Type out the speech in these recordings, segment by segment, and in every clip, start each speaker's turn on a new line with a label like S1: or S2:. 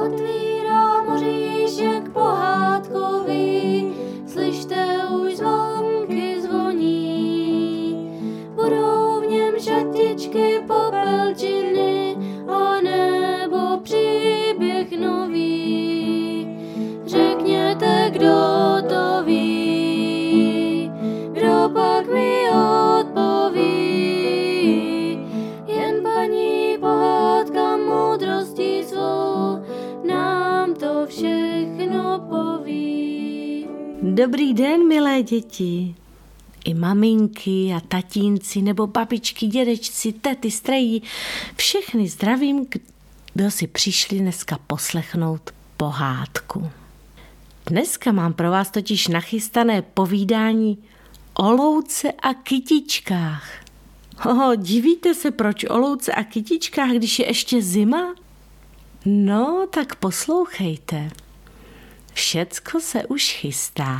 S1: otvírá moříšek pohádkový, slyšte už zvonky zvoní. Budou v něm šatičky, popelčiny a nebo příběh nový. Řekněte, kdo to ví, kdo pak mi odpoví. Jen paní pohádka moudrostí svou nám to všechno poví.
S2: Dobrý den, milé děti. I maminky a tatínci nebo babičky, dědečci, tety, streji. Všechny zdravím, kdo si přišli dneska poslechnout pohádku. Dneska mám pro vás totiž nachystané povídání o louce a kytičkách. Divíte se, proč o louce a kytičkách, když je ještě zima? No, tak poslouchejte. Všecko se už chystá.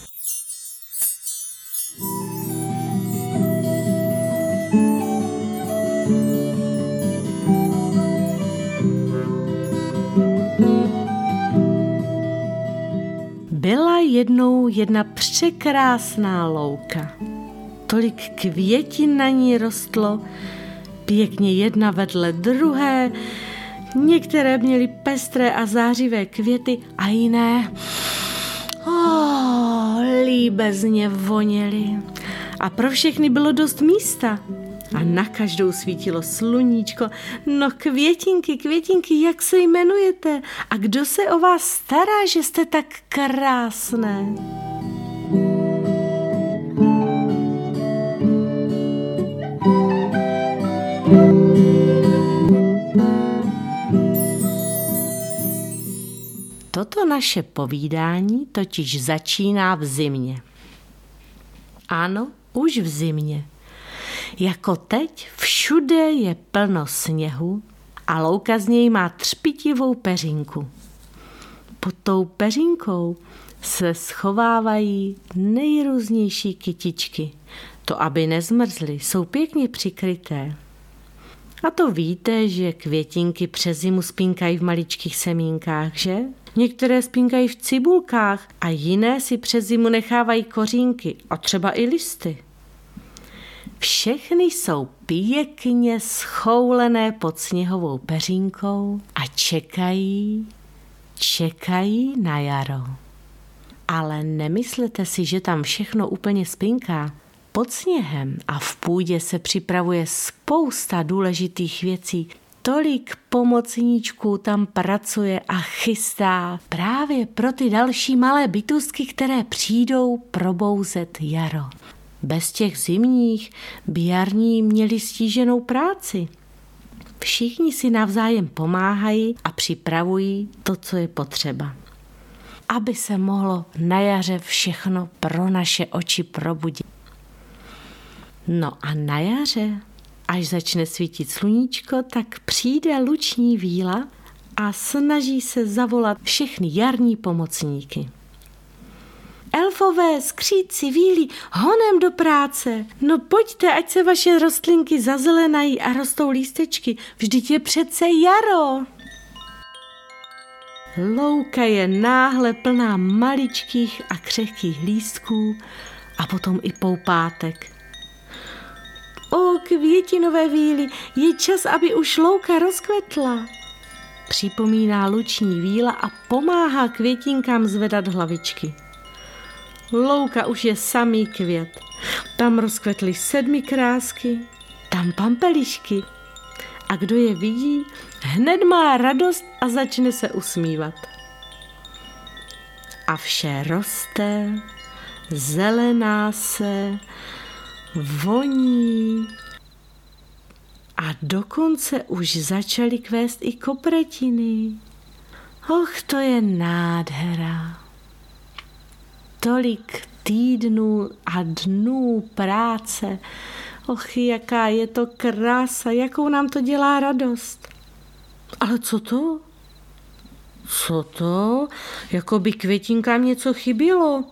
S2: Byla jednou jedna překrásná louka. Tolik květin na ní rostlo, pěkně jedna vedle druhé. Některé měly pestré a zářivé květy a jiné líbezně voněly. A pro všechny bylo dost místa. A na každou svítilo sluníčko. No květinky, jak se jmenujete? A kdo se o vás stará, že jste tak krásné? Toto naše povídání totiž začíná v zimě. Ano, už v zimě. Jako teď všude je plno sněhu a louka z něj má třpitivou peřinku. Pod tou peřinkou se schovávají nejrůznější kytičky. To, aby nezmrzly, jsou pěkně přikryté. A to víte, že květinky přes zimu spínkají v maličkých semínkách, že? Některé spínkají v cibulkách a jiné si přes zimu nechávají kořínky a třeba i listy. Všechny jsou pěkně schoulené pod sněhovou peřinkou a čekají na jaro. Ale nemyslete si, že tam všechno úplně spinká. Pod sněhem a v půdě se připravuje spousta důležitých věcí. Tolik pomocníčků tam pracuje a chystá právě pro ty další malé bytostky, které přijdou probouzet jaro. Bez těch zimních by jarní měli stíženou práci. Všichni si navzájem pomáhají a připravují to, co je potřeba. Aby se mohlo na jaře všechno pro naše oči probudit. No a na jaře, až začne svítit sluníčko, tak přijde luční víla a snaží se zavolat všechny jarní pomocníky. Elfové, skřídci, víly, honem do práce. No pojďte, ať se vaše rostlinky zazelenají a rostou lístečky. Vždyť je přece jaro. Louka je náhle plná maličkých a křehkých lístků a potom i poupátek. O, květinové víly, je čas, aby už louka rozkvetla. Připomíná luční víla a pomáhá květinkám zvedat hlavičky. Louka už je samý květ. Tam rozkvetly sedmikrásky, tam pampelišky. A kdo je vidí, hned má radost a začne se usmívat. A vše roste, zelená se, voní a dokonce už začaly kvést i kopretiny. Och, to je nádhera. Tolik týdnů a dnů práce. Och, jaká je to krása, jakou nám to dělá radost. Ale co to? Co to? Jako by květinkám něco chybělo.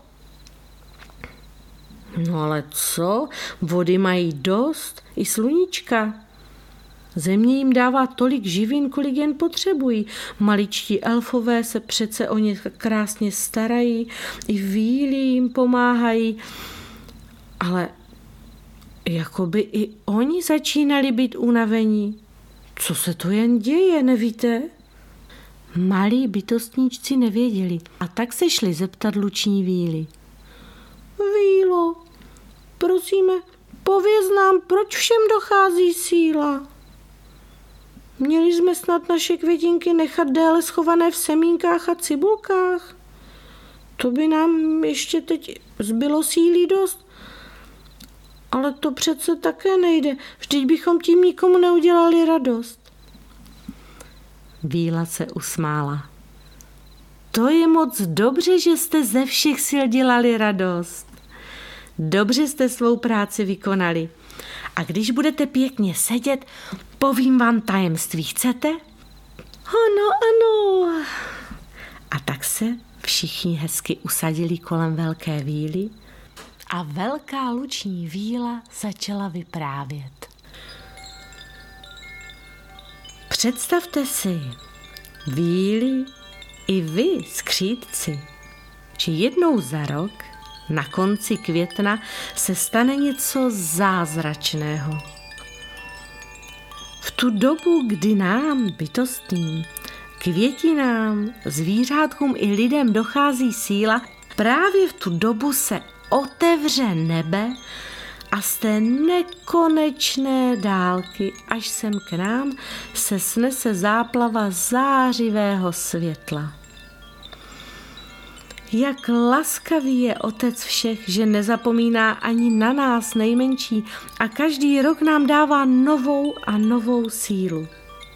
S2: No ale co? Vody mají dost, i sluníčka. Země jim dává tolik živin, kolik jen potřebují. Maličtí elfové se přece o ně krásně starají, i víly jim pomáhají. Ale jakoby i oni začínali být unavení. Co se to jen děje, nevíte? Malí bytostníčci nevěděli a tak se šli zeptat luční víly. Vílo, prosíme, pověz nám, proč všem dochází síla? Měli jsme snad naše květinky nechat déle schované v semínkách a cibulkách? To by nám ještě teď zbylo síly dost. Ale to přece také nejde. Vždyť bychom tím nikomu neudělali radost. Víla se usmála. To je moc dobře, že jste ze všech sil dělali radost. Dobře jste svou práci vykonali. A když budete pěkně sedět, povím vám tajemství, chcete? Ano, ano. A tak se všichni hezky usadili kolem velké víly a velká luční víla začala vyprávět. Představte si, víly i vy, skřídci, že jednou za rok na konci května se stane něco zázračného. V tu dobu, kdy nám, bytostným, květinám, zvířátkům i lidem dochází síla, právě v tu dobu se otevře nebe a z té nekonečné dálky až sem k nám se snese záplava zářivého světla. Jak laskavý je Otec všech, že nezapomíná ani na nás nejmenší a každý rok nám dává novou a novou sílu.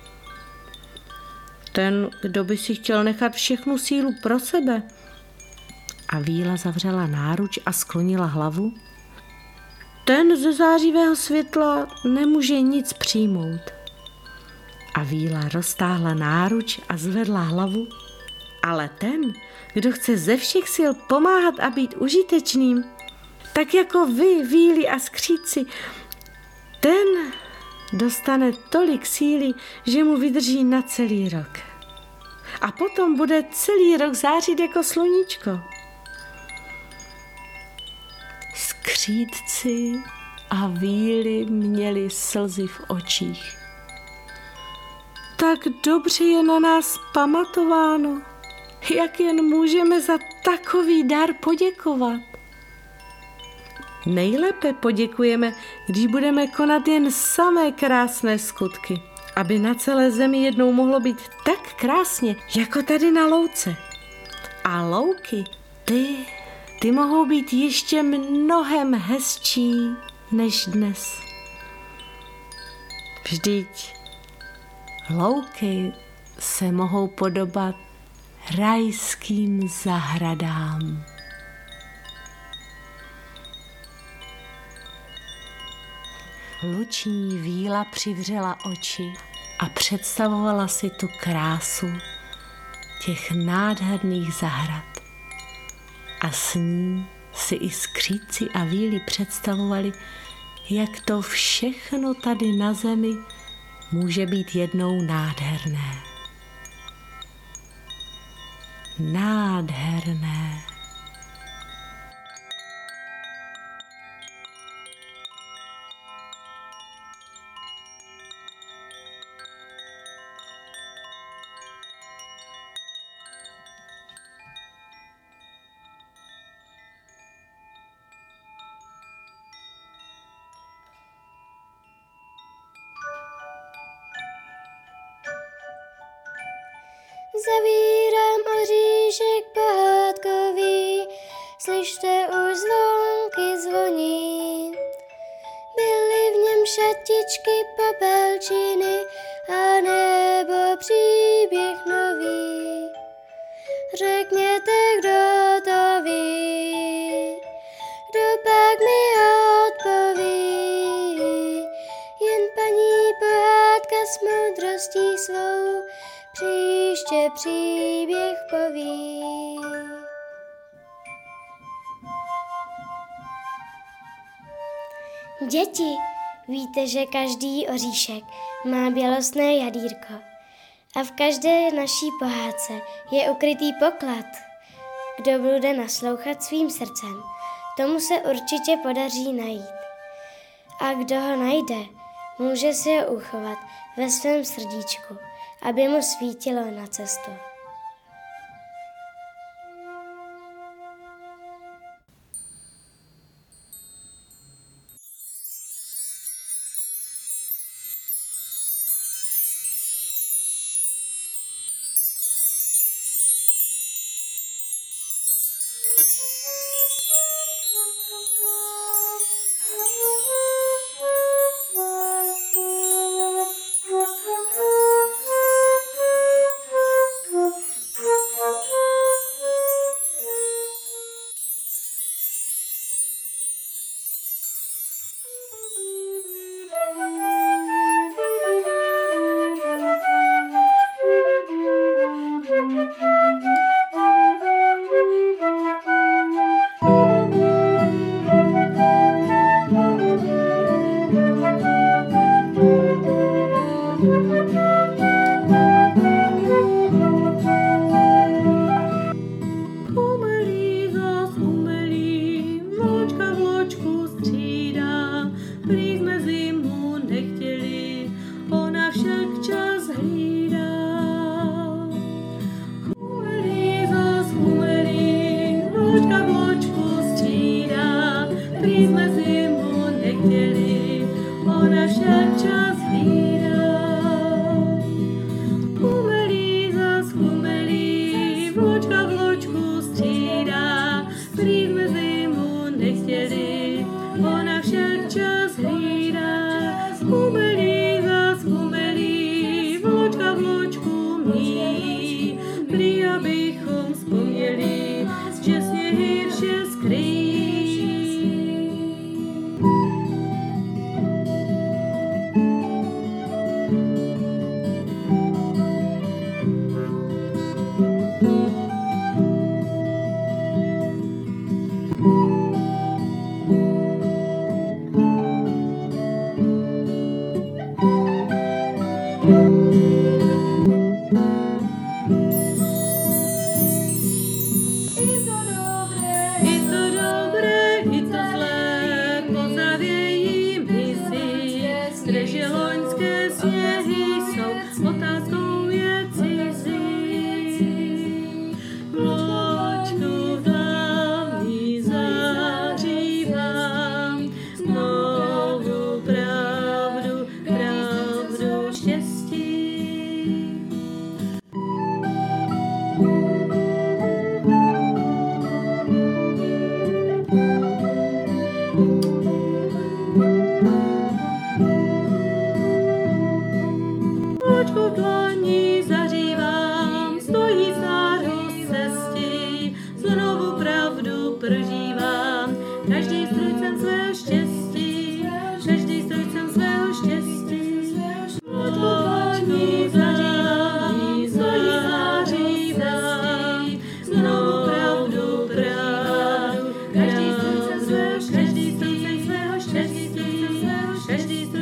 S2: Ten, kdo by si chtěl nechat všechnu sílu pro sebe, a víla zavřela náruč a sklonila hlavu, ten ze zářivého světla nemůže nic přijmout. A víla roztáhla náruč a zvedla hlavu, ale ten, kdo chce ze všech sil pomáhat a být užitečným, tak jako vy, víly a skřídci, ten dostane tolik síly, že mu vydrží na celý rok. A potom bude celý rok zářit jako sluníčko. Skřídci a víly měli slzy v očích. Tak dobře je na nás pamatováno. Jak jen můžeme za takový dar poděkovat? Nejlépe poděkujeme, když budeme konat jen samé krásné skutky, aby na celé zemi jednou mohlo být tak krásně, jako tady na louce. A louky, ty mohou být ještě mnohem hezčí než dnes. Vždyť louky se mohou podobat rajským zahradám. Luční víla přivřela oči a představovala si tu krásu těch nádherných zahrad. A s ní si i skřídci a víly představovali, jak to všechno tady na zemi může být jednou nádherné. Nádherné.
S1: Zavírám oříšek pohádkový, slyšte už zvonky zvoní. Byly v něm šatičky, popelčiny a nebo příběh nový. Řekněte, kdo to ví, kdo pak mi odpoví. Jen paní pohádka s moudrostí svou příště příběh poví. Děti, Víte, že každý oříšek má bělostné jadírko a v každé naší pohádce je ukrytý poklad. Kdo bude naslouchat svým srdcem, tomu se určitě podaří najít. A kdo ho najde, může si ho uchovat ve svém srdíčku, aby mu svítilo na cestu.
S3: Každý